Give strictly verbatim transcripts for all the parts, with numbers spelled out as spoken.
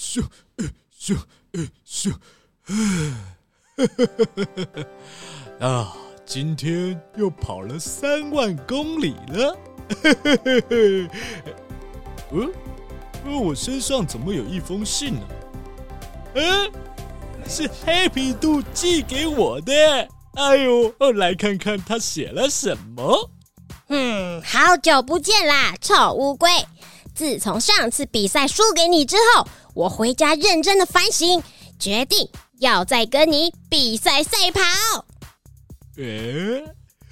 咻咻咻，啊，今天又跑了三万公里了。嗯，我身上怎么有一封信呢？嗯，是黑皮兔寄给我的。哎呦，来看看他写了什么。 嗯，好久不见啦，臭乌龟！自从上次比赛输给你之后，我回家认真的反省，决定要再跟你比赛赛跑。 诶，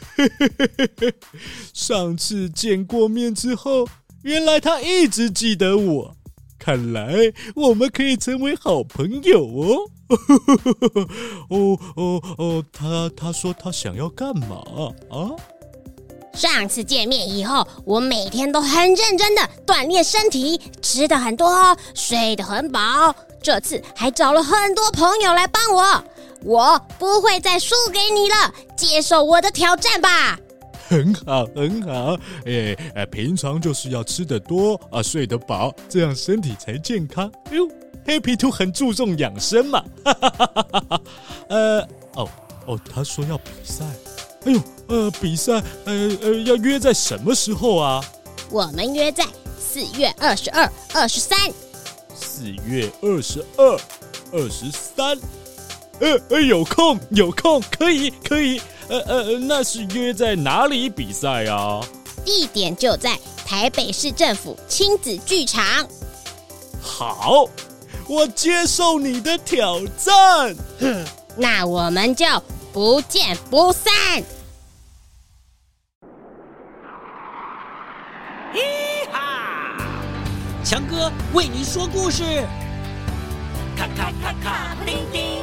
上次见过面之后，原来他一直记得我，看来我们可以成为好朋友哦。哦哦哦，他他说他想要干嘛啊？ 上次见面以后，我每天都很认真的锻炼身体，吃得很多，睡得很饱。这次还找了很多朋友来帮我，我不会再输给你了，接受我的挑战吧。 很好，很好。哎哎，平常就是要吃得多啊，睡得饱，这样身体才健康。哎呦，黑皮兔很注重养生嘛。呃，哦哦，他说要比赛。哎呦，呃，比赛，呃呃，要约在什么时候啊？ 我们约在四月二十二、二十三。 四月二十二、二十三。呃呃，有空，有空，可以，可以。呃呃，那是约在哪里比赛啊？ 地点就在台北市政府亲子剧场。 好，我接受你的挑战。 哼，那我们就不见不散。 嘻哈，强哥为你说故事。咔咔咔咔布丁丁，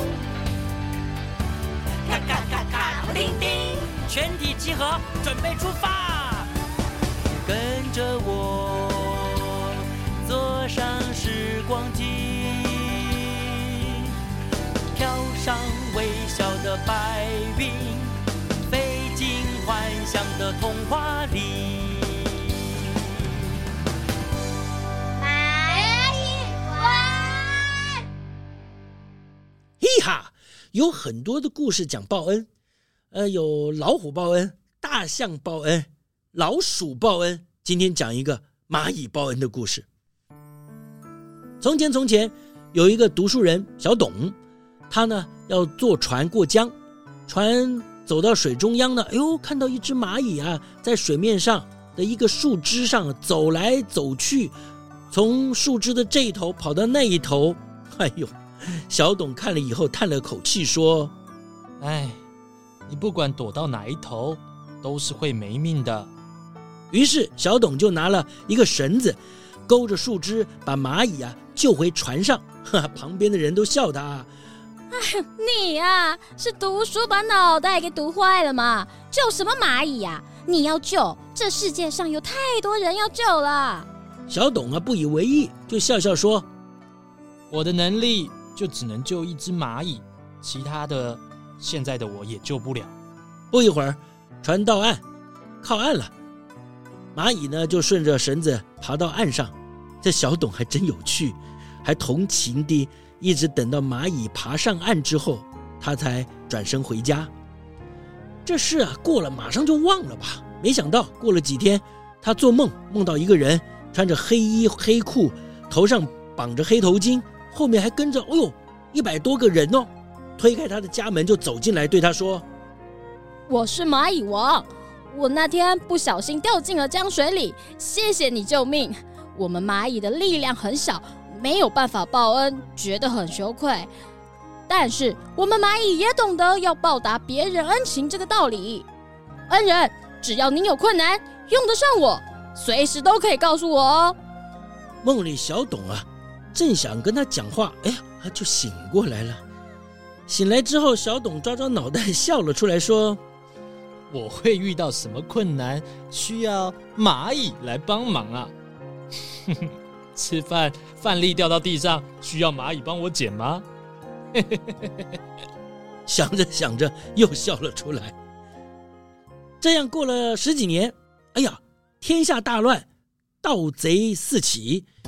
咔咔咔咔布丁丁，全体集合，准备出发。跟着我，坐上时光机，飘上微笑的白云，飞进幻想的童话里。嘻哈，有很多的故事讲报恩，呃，有老虎报恩、大象报恩、老鼠报恩。今天讲一个蚂蚁报恩的故事。从前从前有一个读书人小董，他呢要坐船过江，船走到水中央呢，哎呦，看到一只蚂蚁啊，在水面上的一个树枝上走来走去，从树枝的这一头跑到那一头，哎呦。小董看了以后叹了口气说： 哎，你不管躲到哪一头都是会没命的。 于是小董就拿了一个绳子勾着树枝，把蚂蚁啊救回船上。旁边的人都笑他： 哎，你啊是读书把脑袋给读坏了吗？救什么蚂蚁啊？你要救，这世界上有太多人要救了。 小董啊不以为意，就笑笑说： 我的能力就只能救一只蚂蚁，其他的现在的我也救不了。 不一会儿，船到岸，靠岸了。蚂蚁呢就顺着绳子爬到岸上。这小董还真有趣，还同情地一直等到蚂蚁爬上岸之后，他才转身回家。这事啊过了马上就忘了吧。没想到过了几天，他做梦梦到一个人穿着黑衣黑裤，头上绑着黑头巾，后面还跟着哦呦一百多个人哦，推开他的家门就走进来，对他说： 我是蚂蚁王，我那天不小心掉进了江水里，谢谢你救命。我们蚂蚁的力量很小，没有办法报恩，觉得很羞愧。但是我们蚂蚁也懂得要报答别人恩情这个道理。恩人，只要您有困难，用得上我，随时都可以告诉我哦。 梦里小董啊正想跟他讲话，哎呀，他就醒过来了。醒来之后，小董抓抓脑袋笑了出来，说： 我会遇到什么困难需要蚂蚁来帮忙啊？吃饭饭粒掉到地上，需要蚂蚁帮我捡吗？ 想着想着又笑了出来。这样过了十几年，哎呀，天下大乱，盗贼四起。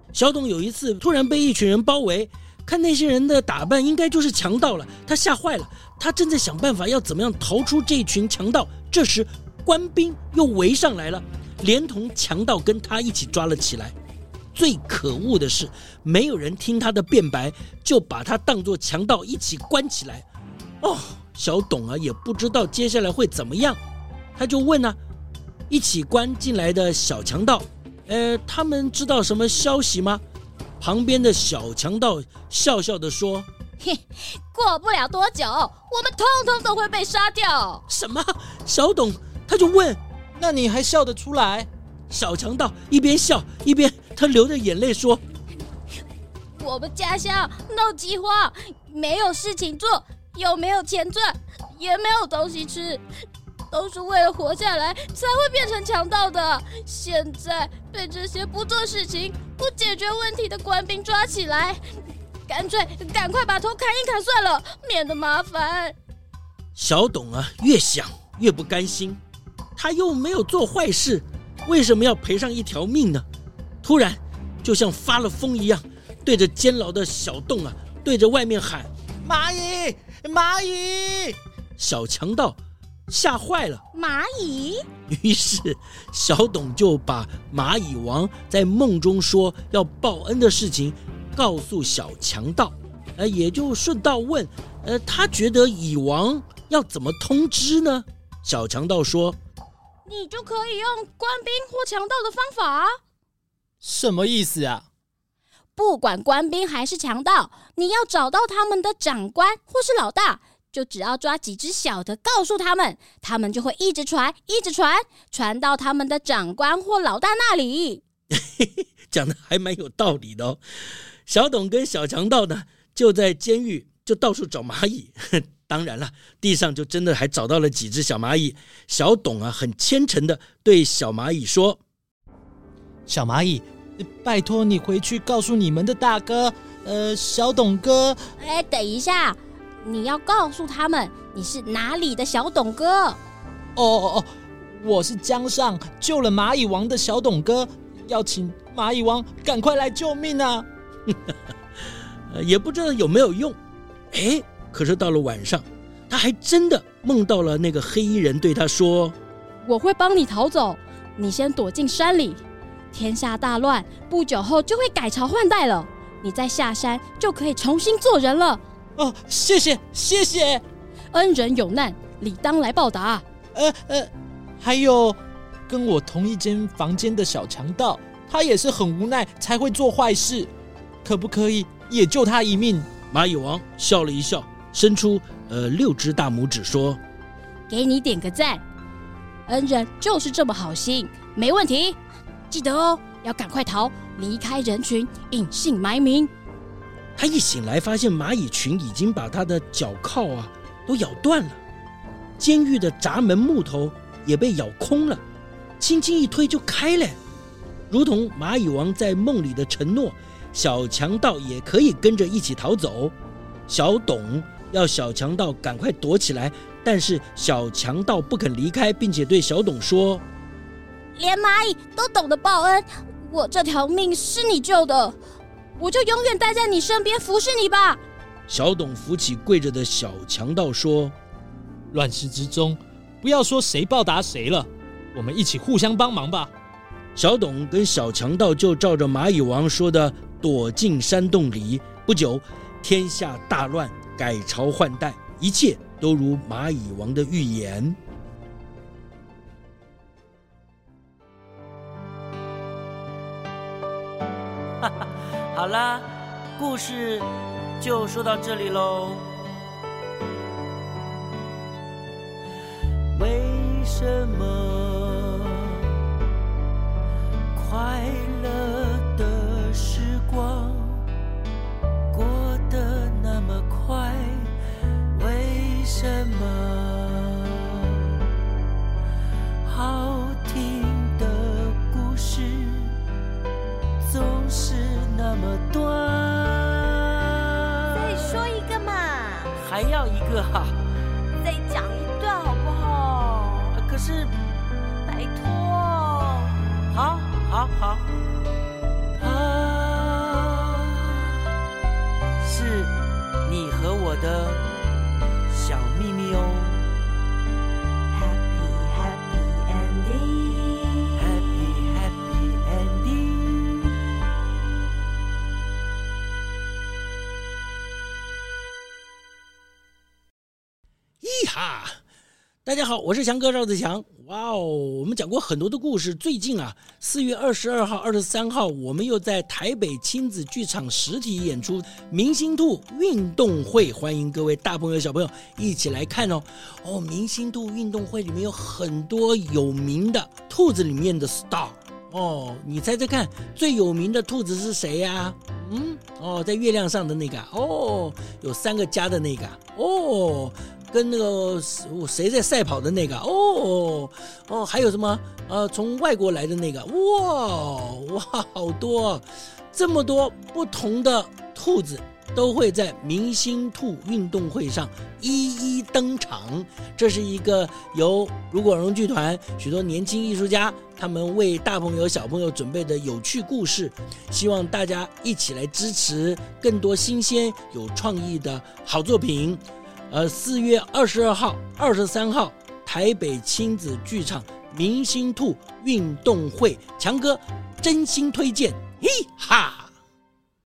小董有一次突然被一群人包围，看那些人的打扮应该就是强盗了，他吓坏了，他正在想办法要怎么样逃出这群强盗。这时官兵又围上来了，连同强盗跟他一起抓了起来。最可恶的是，没有人听他的辩白，就把他当作强盗一起关起来。哦，小董啊也不知道接下来会怎么样，他就问啊，一起关进来的小强盗，呃，他们知道什么消息吗？旁边的小强盗笑笑地说： 嘿，过不了多久，我们通通都会被杀掉。 什么？小董他就问， 那你还笑得出来？ 小强盗一边笑一边他流着眼泪说： 我们家乡闹饥荒，没有事情做，又没有钱赚，也没有东西吃，都是为了活下来才会变成强盗的。现在被这些不做事情、不解决问题的官兵抓起来，干脆赶快把头砍一砍算了，免得麻烦。 小董啊，越想越不甘心，他又没有做坏事，为什么要赔上一条命呢？突然就像发了疯一样，对着监牢的小洞啊，对着外面喊： 蚂蚁，蚂蚁！ 小强盗吓坏了， 蚂蚁。 于是小董就把蚂蚁王在梦中说要报恩的事情告诉小强盗，呃，也就顺道问，呃，他觉得蚁王要怎么通知呢？小强盗说： 你就可以用官兵或强盗的方法啊。 什么意思啊？ 不管官兵还是强盗，你要找到他们的长官或是老大，就只要抓几只小的告诉他们，他们就会一直传一直传传到他们的长官或老大那里。 讲的还蛮有道理的哦。小董跟小强盗呢，就在监狱就到处找蚂蚁，当然了，地上就真的还找到了几只小蚂蚁。小董啊，很虔诚的对小蚂蚁说： 小蚂蚁，拜托你回去告诉你们的大哥，呃，小董哥。 哎，等一下，你要告诉他们你是哪里的小董哥。 哦哦哦，我是江上救了蚂蚁王的小董哥，要请蚂蚁王赶快来救命啊！ 也不知道有没有用。哎，可是到了晚上，他还真的梦到了那个黑衣人对他说： 我会帮你逃走，你先躲进山里，天下大乱，不久后就会改朝换代了，你再下山就可以重新做人了。 哦，谢谢谢谢， 恩人有难，理当来报答。 呃呃，还有跟我同一间房间的小强盗，他也是很无奈才会做坏事，可不可以也救他一命？ 蚂蚁王笑了一笑，伸出呃六只大拇指说： 给你点个赞，恩人就是这么好心，没问题。记得哦，要赶快逃，离开人群，隐姓埋名。 他一醒来，发现蚂蚁群已经把他的脚铐啊都咬断了，监狱的闸门木头也被咬空了，轻轻一推就开了。如同蚂蚁王在梦里的承诺，小强盗也可以跟着一起逃走。小董要小强盗赶快躲起来，但是小强盗不肯离开，并且对小董说： 连蚂蚁都懂得报恩，我这条命是你救的，我就永远待在你身边服侍你吧。 小董扶起跪着的小强盗说： 乱世之中，不要说谁报答谁了，我们一起互相帮忙吧。 小董跟小强盗就照着蚂蚁王说的躲进山洞里。不久，天下大乱，改朝换代，一切都如蚂蚁王的预言。 好啦，故事就说到这里喽。为什么快乐的时光过得那么快？为什么好听的故事总是那么短？ 再说一个嘛。 还要一个啊？ 再讲一段好不好？ 可是， 拜托。 好，好，好。啊的小秘密哦。Happy Happy Ending，Happy Happy Ending。 咿哈！大家好，我是强哥赵子强。哇哦，我们讲过很多的故事。最近啊，四月二十二号、二十三号，我们又在台北亲子剧场实体演出《明星兔运动会》，欢迎各位大朋友、小朋友一起来看哦。哦，明星兔运动会里面有很多有名的兔子里面的 star 哦，你猜猜看，最有名的兔子是谁呀、啊？嗯，哦，在月亮上的那个哦，有三个家的那个哦。跟那个谁在赛跑的那个哦哦，还有什么呃，从外国来的那个哇哇，好多，这么多不同的兔子都会在明星兔运动会上一一登场。这是一个由如果荣剧团许多年轻艺术家他们为大朋友小朋友准备的有趣故事，希望大家一起来支持更多新鲜有创意的好作品。呃，四月二十二号、二十三号，台北亲子剧场明星兔运动会，强哥真心推荐，嘿哈！